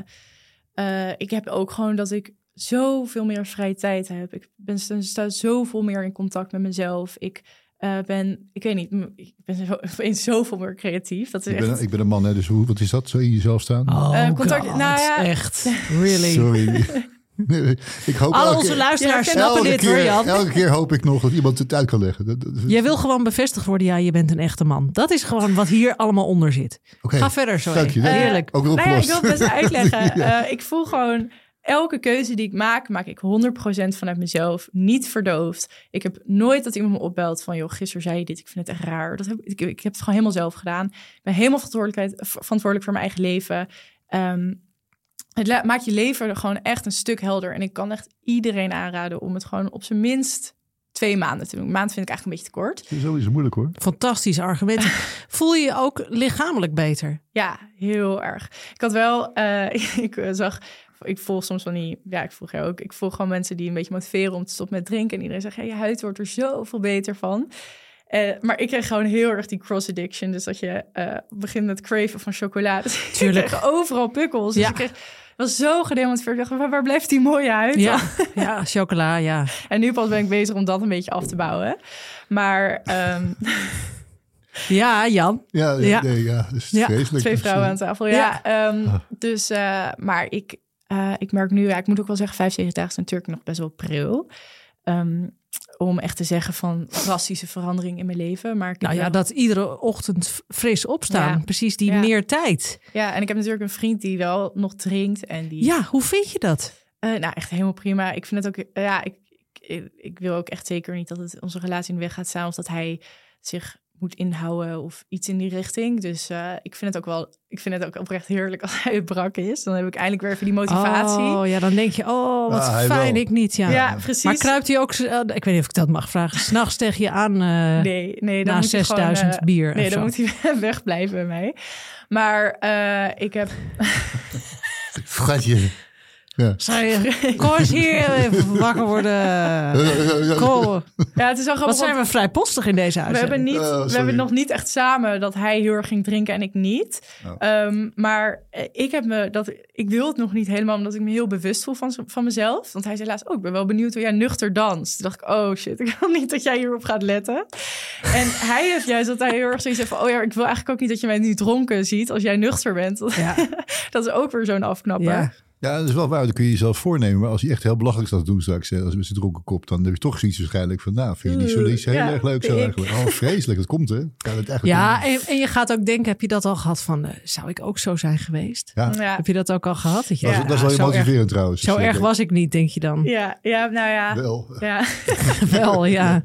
Uh, ik heb ook gewoon dat ik zoveel meer vrije tijd heb. Ik ben sta zoveel meer in contact met mezelf. Ik uh, ben, ik weet niet, ik ben zo, ben zoveel meer creatief. Dat is ik, ben, echt... ik ben een man, hè, dus hoe, wat is dat? Zo in jezelf staan? Oh, uh, contact, God, nou ja, echt, really. Sorry. Nee, ik hoop Al elke, onze luisteraars snappen dit keer, hoor, Jan. Elke keer hoop ik nog dat iemand het uit kan leggen. Dat, dat, Jij wil gewoon bevestigd worden, ja, je bent een echte man. Dat is gewoon wat hier allemaal onder zit. Okay. Ga verder, zo. Dank je. Uh, Heerlijk. Ook weer nou ja, ik wil het best uitleggen. ja. uh, ik voel gewoon... Elke keuze die ik maak, maak ik honderd procent vanuit mezelf. Niet verdoofd. Ik heb nooit dat iemand me opbelt van... joh, gisteren zei je dit, ik vind het echt raar. Dat heb, ik, ik heb het gewoon helemaal zelf gedaan. Ik ben helemaal verantwoordelijk voor mijn eigen leven. Um, het la- maakt je leven gewoon echt een stuk helder. En ik kan echt iedereen aanraden om het gewoon op zijn minst... twee maanden te doen. Een maand vind ik eigenlijk een beetje te kort. Zo is het moeilijk hoor. Fantastische argumenten. Voel je je ook lichamelijk beter? Ja, heel erg. Ik had wel, uh, ik zag, ik volg soms van die, ja, ik volg jou ook. Ik volg gewoon mensen die een beetje motiveren om te stoppen met drinken. En iedereen zegt, ja, je huid wordt er zoveel beter van. Uh, maar ik kreeg gewoon heel erg die cross addiction. Dus dat je uh, begint met craven van chocolade. Tuurlijk. Ik kreeg overal pukkels. Dus ja. ik kreeg... Ik was zo gedemotiveerd. Ik dacht, waar, waar blijft die mooie huid? Ja, ja, chocola, ja. En nu pas ben ik bezig om dat een beetje af te bouwen. Maar... Um... Ja, Jan. Ja, ja, ja. Nee, ja, dus ja. vreselijk. Twee vrouwen aan tafel, ja. ja. Um, dus, uh, maar ik, uh, ik merk nu... Ja, ik moet ook wel zeggen, vijfenzeventig dagen is natuurlijk nog best wel pril. Um, om echt te zeggen van drastische verandering in mijn leven. Maar ik nou ja, wel... dat iedere ochtend fris opstaan. Ja. Precies die ja. meer tijd. Ja, en ik heb natuurlijk een vriend die wel nog drinkt. En die... Ja, hoe vind je dat? Uh, nou, echt helemaal prima. Ik vind het ook... Uh, ja, ik, ik, ik wil ook echt zeker niet dat het onze relatie in de weg gaat staan. Of dat hij zich moet inhouden of iets in die richting. Dus uh, ik vind het ook wel, ik vind het ook oprecht heerlijk als hij brak is. Dan heb ik eindelijk weer even die motivatie. Oh ja, dan denk je, oh wat Ah, fijn, wel. ik niet. Ja. Ja, precies. Maar kruipt hij ook, uh, ik weet niet of ik dat mag vragen, 's nachts tegen je aan uh, nee, nee, dan na moet hij zesduizend gewoon, uh, bier? Nee, of dan zo. moet hij wegblijven bij mij. Maar uh, ik heb... Vergat je. Ja. Zei je, kom eens hier even wakker worden. Kom. Ja, het is wel grappig. Wat zijn we vrijpostig in deze huis? We hebben, niet, Oh, we sorry. hebben nog niet echt samen dat hij heel erg ging drinken en ik niet. Oh. Um, maar eh, ik, heb me dat, ik wil het nog niet helemaal, omdat ik me heel bewust voel van, van mezelf. Want hij zei laatst, oh, ik ben wel benieuwd hoe jij nuchter danst. Toen dacht ik, oh shit, ik wil niet dat jij hierop gaat letten. En hij heeft juist dat hij heel erg zoiets heeft van, oh ja, ik wil eigenlijk ook niet dat je mij nu dronken ziet als jij nuchter bent. Ja. Dat is ook weer zo'n afknapper. Ja. Ja, dat is wel waar. Dan kun je jezelf voornemen. Maar als hij echt heel belachelijk staat te doen straks, hè, als met zijn dronken kop, dan heb je toch zoiets waarschijnlijk van, nou, vind je niet zo iets heel Ja, erg leuk zo ik- eigenlijk. Oh, vreselijk, dat komt hè. Kan het eigenlijk Ja, niet. en, en je gaat ook denken, heb je dat al gehad van, uh, zou ik ook zo zijn geweest? Ja. Ja. Heb je dat ook al gehad? Dat, je, Dat, is, ja, dat is wel zo motiverend erg, trouwens. zo Dus, erg eh, was ik niet, denk je dan. Ja, ja, nou ja. Wel. Ja. Wel, ja.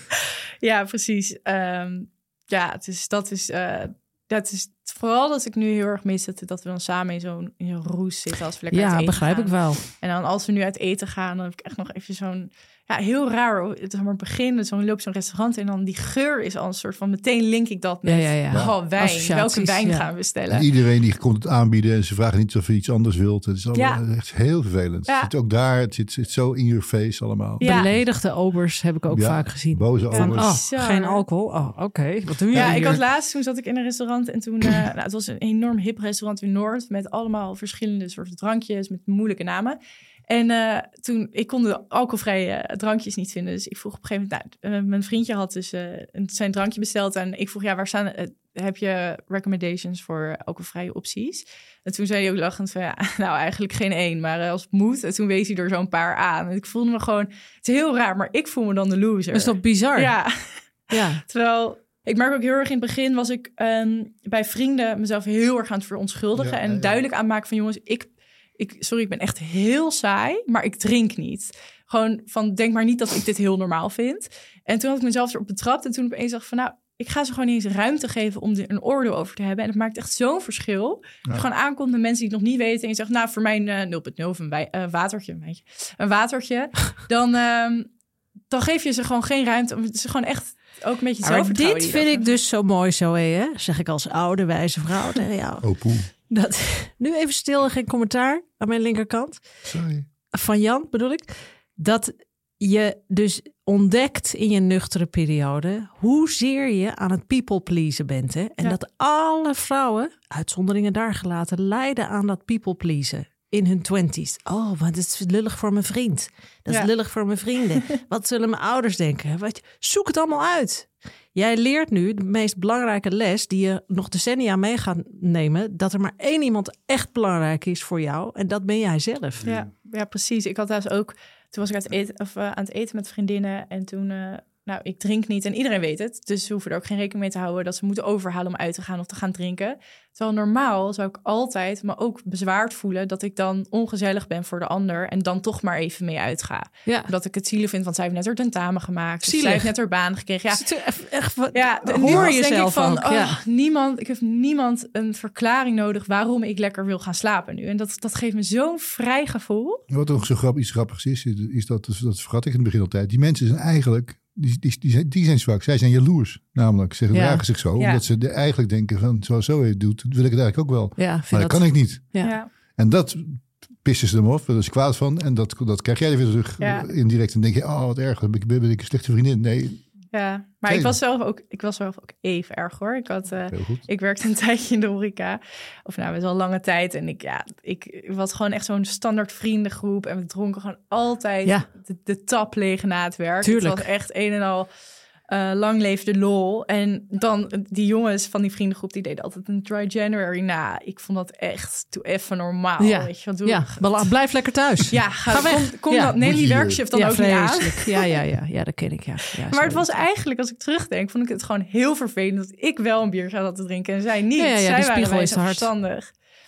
Ja, precies. Um, ja, het is, dat is... Uh, dat is vooral dat ik nu heel erg mis dat, dat we dan samen in zo'n in zo'n roes zitten als we lekker uit Ja, eten begrijp gaan. ik wel. En dan als we nu uit eten gaan, dan heb ik echt nog even zo'n... Ja, heel raar. Het is maar het begin, zo'n loop zo'n restaurant en dan die geur is al een soort van... Meteen link ik dat met Ja, ja, ja. oh, wijn. Associaties, Welke wijn ja. gaan we bestellen? En iedereen die komt het aanbieden en ze vragen niet of je iets anders wilt. Het is allemaal Ja. echt heel vervelend. Ja. Het zit ook daar, het zit, zit zo in your face allemaal. Ja. Beledigde obers heb ik ook Ja, vaak gezien. Boze Ja. overs. Oh, Bizar. geen alcohol? Oh, oké. Okay. Wat doe je Ja, hier? ik had laatst, toen zat ik in een restaurant en toen... Uh, nou, het was een enorm hip restaurant in Noord met allemaal verschillende soorten drankjes met moeilijke namen. En uh, toen, ik kon de alcoholvrije uh, drankjes niet vinden. Dus ik vroeg op een gegeven moment, nou, uh, mijn vriendje had dus uh, een, zijn drankje besteld. En ik vroeg, ja, waar staan, uh, heb je recommendations voor alcoholvrije opties? En toen zei hij ook lachend van, ja, nou eigenlijk geen één, maar uh, als het moet. En toen wees hij er zo'n paar aan. En ik voelde me gewoon, het is heel raar, maar ik voel me dan de loser. Dat is toch bizar? Ja, Ja. terwijl... Ik merk ook heel erg in het begin was ik um, bij vrienden mezelf heel erg aan het verontschuldigen. Ja, en ja, ja. duidelijk aanmaken van jongens, ik, ik, sorry, ik ben echt heel saai, maar ik drink niet. Gewoon van, denk maar niet dat ik dit heel normaal vind. En toen had ik mezelf erop betrapt en toen opeens dacht van, nou, ik ga ze gewoon niet eens ruimte geven om er een oordeel over te hebben. En het maakt echt zo'n verschil. Ja. Dat je gewoon aankomt met mensen die het nog niet weten en je zegt, nou, voor mijn uh, nul punt nul of een wij, uh, watertje, een, wijntje, een watertje, dan, um, dan geef je ze gewoon geen ruimte. Het is gewoon echt ook een beetje Maar zelfvertrouwen. dit die vind dat- ik dus zo mooi zo, hè? Zeg ik als oude wijze vrouw tegen jou. Oh, poeh. Dat, nu even stil en geen commentaar aan mijn linkerkant. Sorry. Van Jan bedoel ik. Dat je dus ontdekt in je nuchtere periode hoezeer je aan het people pleasen bent. Hè? En Ja. dat alle vrouwen, uitzonderingen daar gelaten, lijden aan dat people pleasen. In hun twenties. Oh, want het is lullig voor mijn vriend. Dat is Ja. lullig voor mijn vrienden. Wat zullen mijn ouders denken? Wat, zoek het allemaal uit. Jij leert nu de meest belangrijke les die je nog decennia mee gaat nemen. Dat er maar één iemand echt belangrijk is voor jou. En dat ben jij zelf. Ja, ja, precies. Ik had thuis ook... Toen was ik uit eten, of, uh, aan het eten met vriendinnen. En toen... Uh, nou, ik drink niet en iedereen weet het. Dus ze hoeven er ook geen rekening mee te houden... dat ze moeten overhalen om uit te gaan of te gaan drinken. Terwijl normaal zou ik altijd me ook bezwaard voelen... dat ik dan ongezellig ben voor de ander... en dan toch maar even mee uitga. Ja. Dat ik het zielig vind, want zij heeft net haar tentamen gemaakt. Dus Zielig. zij heeft net haar baan gekregen. Ja, Echt, echt, wat, ja, hoor nu denk jezelf ik van, ook, oh, ja. niemand, ik heb niemand een verklaring nodig waarom ik lekker wil gaan slapen nu. En dat, dat geeft me zo'n vrij gevoel. Wat ook zo grappig, iets grappigs is, is dat, dat vergat ik in het begin altijd. Die mensen zijn eigenlijk, die, die, die, zijn, die zijn zwak. Zij zijn jaloers, namelijk. Ze gedragen Ja. zich zo, Ja. omdat ze de, eigenlijk denken van, zoals zo het doet, wil ik het eigenlijk ook wel. Ja, Maar vind dat kan ik niet. Ja. Ja. En dat pissen ze hem op, daar is kwaad van. En dat, dat krijg jij weer terug Ja. indirect. En denk je, oh wat erg, ben ik, ben ik een slechte vriendin. Nee, Ja, maar ik was zelf ook, ik was zelf ook even erg hoor. Ik had, uh, heel goed. ik werkte een tijdje in de horeca, of nou, best wel een lange tijd. En ik, ja, ik was gewoon echt zo'n standaard vriendengroep. En we dronken gewoon altijd Ja. de, de tap leeg na het werk. Tuurlijk. Het was echt een en al uh, lang leefde de lol. En dan die jongens van die vriendengroep, die deden altijd een dry January. Nou, ik vond dat echt doe even normaal. Ja, Weet je, wat doe ja. Bela- blijf lekker thuis. Ja, ga, Ga weg. Kom, kom Ja. dat Nelly Moet je- werkshift dan ja, ook niet aan. vreselijk. Ja, ja, ja, ja, dat ken ik, ja. ja Maar het zo. was eigenlijk, als ik terugdenk, vond ik het gewoon heel vervelend dat ik wel een biertje had te drinken en zij niet. Ja, ja, ja, zij die waren spiegel wijs is te en hard. verstandig.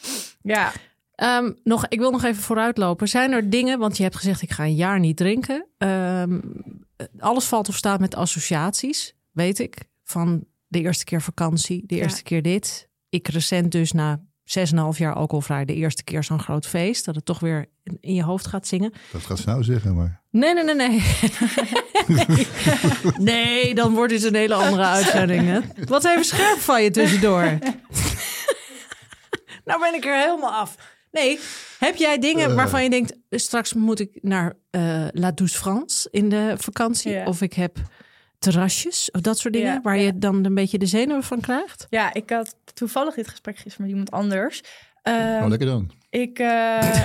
Ja, Ehm, nog, ik wil nog even vooruitlopen. Zijn er dingen, want je hebt gezegd ik ga een jaar niet drinken. Ehm, alles valt of staat met associaties, weet ik. Van de eerste keer vakantie, de eerste Ja. keer dit. Ik recent dus na zes en een half jaar alcoholvrij, de eerste keer zo'n groot feest, dat het toch weer in, in je hoofd gaat zingen. Dat gaat ze nou zeggen, maar... Nee, nee, nee, nee. nee. Nee, dan wordt het een hele andere uitzending. Hè? Wat even scherp van je tussendoor. Nou ben ik er helemaal af. Nee, heb jij dingen waarvan je denkt, straks moet ik naar uh, La Douce France in de vakantie? Ja. Of ik heb terrasjes of dat soort dingen, Ja, waar ja. je dan een beetje de zenuwen van krijgt? Ja, ik had toevallig dit gesprek gisteren met iemand anders. Um, Nou, lekker dan. Ik, uh...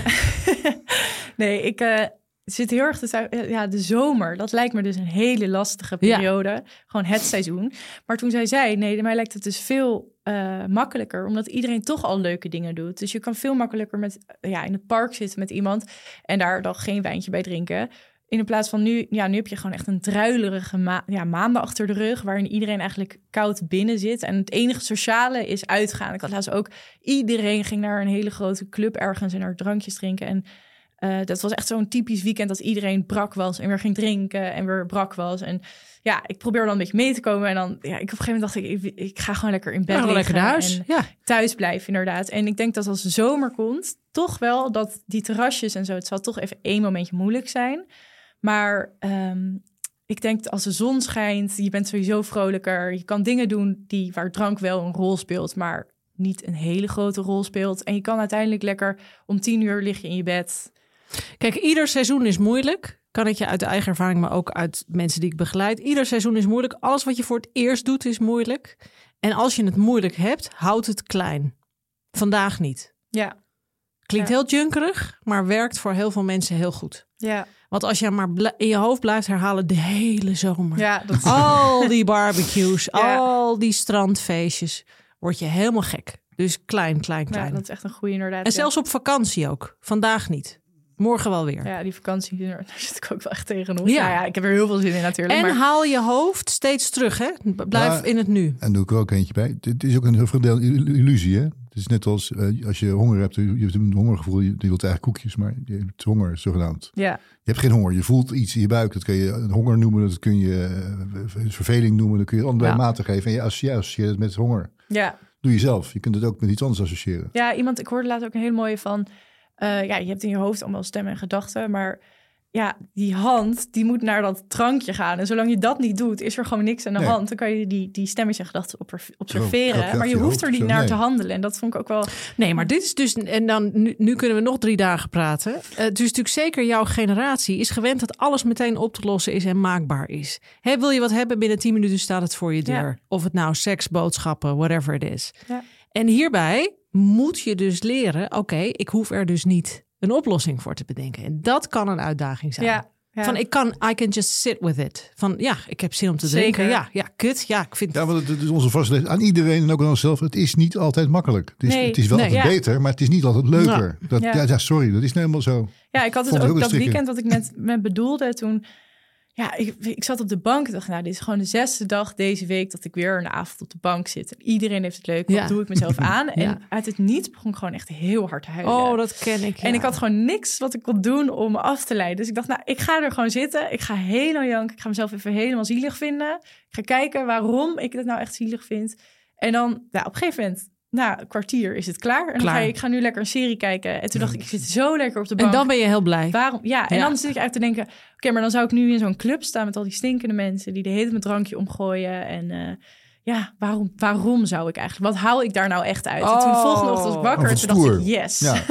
nee, ik uh, zit heel erg te twijfelen. Ja, de zomer, dat lijkt me dus een hele lastige periode. Ja. Gewoon het seizoen. Maar toen zij zei, nee, mij lijkt het dus veel uh, makkelijker, omdat iedereen toch al leuke dingen doet. Dus je kan veel makkelijker met, ja, in het park zitten met iemand en daar dan geen wijntje bij drinken. In plaats van nu, ja, nu heb je gewoon echt een druilerige ma- ja, maanden achter de rug, waarin iedereen eigenlijk koud binnen zit. En het enige sociale is uitgaan. Ik had laatst ook, iedereen ging naar een hele grote club ergens en naar drankjes drinken. En uh, dat was echt zo'n typisch weekend dat iedereen brak was en weer ging drinken en weer brak was. En ja, ik probeer dan een beetje mee te komen. En dan, ja, ik op een gegeven moment dacht ik, ik, ik ga gewoon lekker in bed ja, liggen. Lekker naar huis. En ja. thuis blijven, inderdaad. En ik denk dat als de zomer komt, toch wel dat die terrasjes en zo, het zal toch even één momentje moeilijk zijn. Maar um, ik denk dat als de zon schijnt, je bent sowieso vrolijker. Je kan dingen doen die, waar drank wel een rol speelt, maar niet een hele grote rol speelt. En je kan uiteindelijk lekker om tien uur lig je in je bed. Kijk, ieder seizoen is moeilijk. Kan ik je uit de eigen ervaring, maar ook uit mensen die ik begeleid. Ieder seizoen is moeilijk. Alles wat je voor het eerst doet is moeilijk. En als je het moeilijk hebt, houd het klein. Vandaag niet. Ja. Klinkt ja. heel junkerig, maar werkt voor heel veel mensen heel goed. Ja. Want als je maar bl- in je hoofd blijft herhalen de hele zomer. Ja, dat... Al die barbecues, ja. al die strandfeestjes. Word je helemaal gek. Dus klein, klein, klein. Ja, dat is echt een goede inderdaad. En zelfs ja. op vakantie ook. Vandaag niet. Morgen wel weer. Ja, die vakantie, daar zit ik ook wel echt tegenop. Ja. Nou ja, ik heb er heel veel zin in natuurlijk. En maar... haal je hoofd steeds terug, hè? Blijf ja, in het nu. En doe ik er ook eentje bij. Het is ook een verdeel illusie, hè? Het is net als uh, als je honger hebt, je hebt een hongergevoel, je wilt eigenlijk koekjes, maar je hebt honger, zogenaamd. Ja. Je hebt geen honger, je voelt iets in je buik, dat kun je een honger noemen, dat kun je uh, verveling noemen, dat kun je andere ja. maten geven. En je associeert het met honger. Ja. Doe je zelf. Je kunt het ook met iets anders associëren. Ja, iemand, ik hoorde laatst ook een hele mooie van, uh, ja, je hebt in je hoofd allemaal stemmen en gedachten, maar ja, die hand, die moet naar dat drankje gaan. En zolang je dat niet doet, is er gewoon niks aan de nee. hand. Dan kan je die, die stemmetjes en gedachten observeren. Zo, maar je hoeft er niet zo, naar nee. te handelen. En dat vond ik ook wel... Nee, maar dit is dus... En dan nu, nu kunnen we nog drie dagen praten. Uh, het is natuurlijk zeker jouw generatie is gewend dat alles meteen op te lossen is en maakbaar is. Hè, wil je wat hebben, binnen tien minuten staat het voor je deur. Ja. Of het nou seks, boodschappen, whatever it is. Ja. En hierbij moet je dus leren, oké, okay, ik hoef er dus niet een oplossing voor te bedenken. En dat kan een uitdaging zijn. Ja, ja. Van ik kan, I can just sit with it. Van ja, ik heb zin om te Zeker. drinken. Ja, ja, kut. Ja, ik vind. Ja, want het is onze vaststelling aan iedereen en ook aan onszelf. Het is niet altijd makkelijk. Het is, nee, het is wel nee, altijd ja. beter, maar het is niet altijd leuker. Ja. Dat, ja. Ja, ja, sorry, dat is nou helemaal zo. Ja, ik had dus Vond ook, ook dat strikken. weekend wat ik net, net bedoelde toen. Ja, ik, ik zat op de bank en dacht, nou, dit is gewoon de zesde dag deze week dat ik weer een avond op de bank zit. En iedereen heeft het leuk, wat ja. doe ik mezelf aan? En ja. uit het niets begon ik gewoon echt heel hard te huilen. Oh, dat ken ik. Ja. En ik had gewoon niks wat ik kon doen om me af te leiden. Dus ik dacht, nou, ik ga er gewoon zitten. Ik ga helemaal janken. Ik ga mezelf even helemaal zielig vinden. Ik ga kijken waarom ik het nou echt zielig vind. En dan, nou, op een gegeven moment, na een kwartier is het klaar. En dan klaar. ga je, ik ga nu lekker een serie kijken. En toen dacht ik, ik zit zo lekker op de bank. En dan ben je heel blij. Waarom? Ja, en ja. dan zit ik uit te denken, oké, okay, maar dan zou ik nu in zo'n club staan met al die stinkende mensen die de hele tijd mijn drankje omgooien. En uh, ja, waarom, waarom zou ik eigenlijk? Wat haal ik daar nou echt uit? Oh. En toen de volgende ochtend was ik wakker en toen dacht ik, yes. Ja.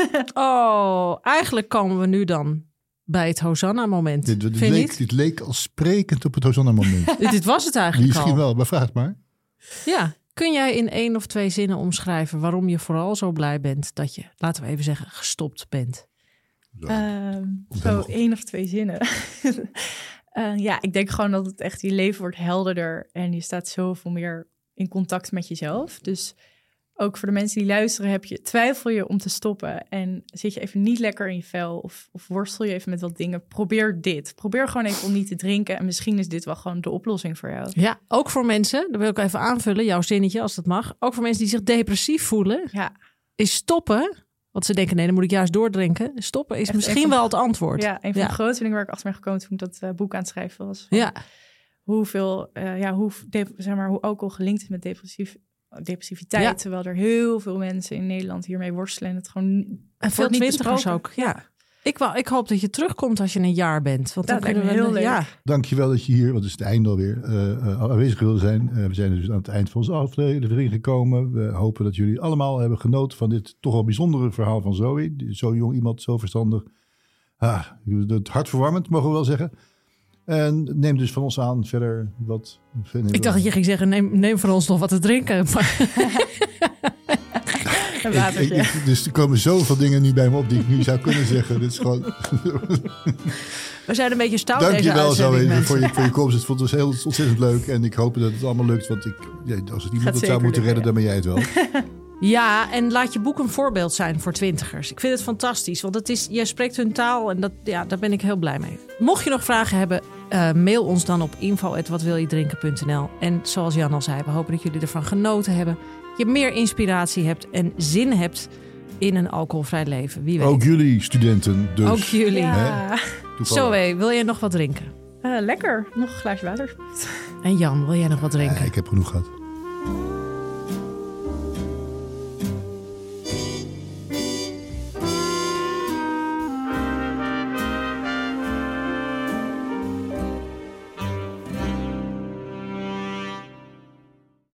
Oh, eigenlijk komen we nu dan bij het Hosanna-moment. Dit, dit, Vind leek, dit leek al sprekend op het Hosanna-moment. dit, dit was het eigenlijk Misschien al. wel, maar vraag het maar. Ja. Kun jij in één of twee zinnen omschrijven waarom je vooral zo blij bent dat je, laten we even zeggen, gestopt bent? Um, zo één of twee zinnen. uh, ja, ik denk gewoon dat het echt, je leven wordt helderder en je staat zoveel meer in contact met jezelf. Dus ook voor de mensen die luisteren, heb je, twijfel je om te stoppen en zit je even niet lekker in je vel of, of worstel je even met wat dingen. Probeer dit. Probeer gewoon even om niet te drinken en misschien is dit wel gewoon de oplossing voor jou. Ja, ook voor mensen, dat wil ik even aanvullen, jouw zinnetje als dat mag. Ook voor mensen die zich depressief voelen, ja. is stoppen. Want ze denken, nee, dan moet ik juist doordrinken. Stoppen is echt misschien van, wel het antwoord. Ja, een van ja. de grootste dingen waar ik achter ben gekomen toen ik dat uh, boek aan het schrijven was. Van, ja. hoeveel, uh, ja, hoe, de, zeg maar, hoe alcohol gelinkt is met depressief, depressiviteit. Ja. Terwijl er heel veel mensen in Nederland hiermee worstelen. En het gewoon en veel twintigers ook, ja. ja. Ik, wou, ik hoop dat je terugkomt als je een jaar bent. Want dat dan lijkt me we, heel leuk. Ja. Dankjewel dat je hier, want het is het einde alweer, uh, uh, aanwezig wilde zijn. Uh, we zijn dus aan het eind van onze aflevering gekomen. We hopen dat jullie allemaal hebben genoten van dit toch wel bijzondere verhaal van Zoe. Zo jong iemand, zo verstandig. Ah, het hartverwarmend, mogen we wel zeggen. En neem dus van ons aan verder wat... Ik dacht dat je ging zeggen, neem, neem van ons nog wat te drinken. Maar... Een watertje. Ik, ik, dus er komen zoveel dingen nu bij me op die ik nu zou kunnen zeggen. Dit is gewoon... We zijn een beetje stout Dank deze je wel zo even mensen. voor je, voor je komst. Het vond het heel ontzettend leuk. En ik hoop dat het allemaal lukt. Want ik, ja, als het iemand het zou moeten redden, ja. Dan ben jij het wel. Ja, en laat je boek een voorbeeld zijn voor twintigers. Ik vind het fantastisch, want het is, je spreekt hun taal en dat, ja, daar ben ik heel blij mee. Mocht je nog vragen hebben, uh, mail ons dan op info at watwiljedrinken punt n l. En zoals Jan al zei, we hopen dat jullie ervan genoten hebben. Je meer inspiratie hebt en zin hebt in een alcoholvrij leven. Wie weet. Ook jullie studenten dus. Ook jullie. Ja. Zoe, wil jij nog wat drinken? Uh, lekker. Nog een glaasje water. En Jan, wil jij nog wat drinken? Ja, ik heb genoeg gehad.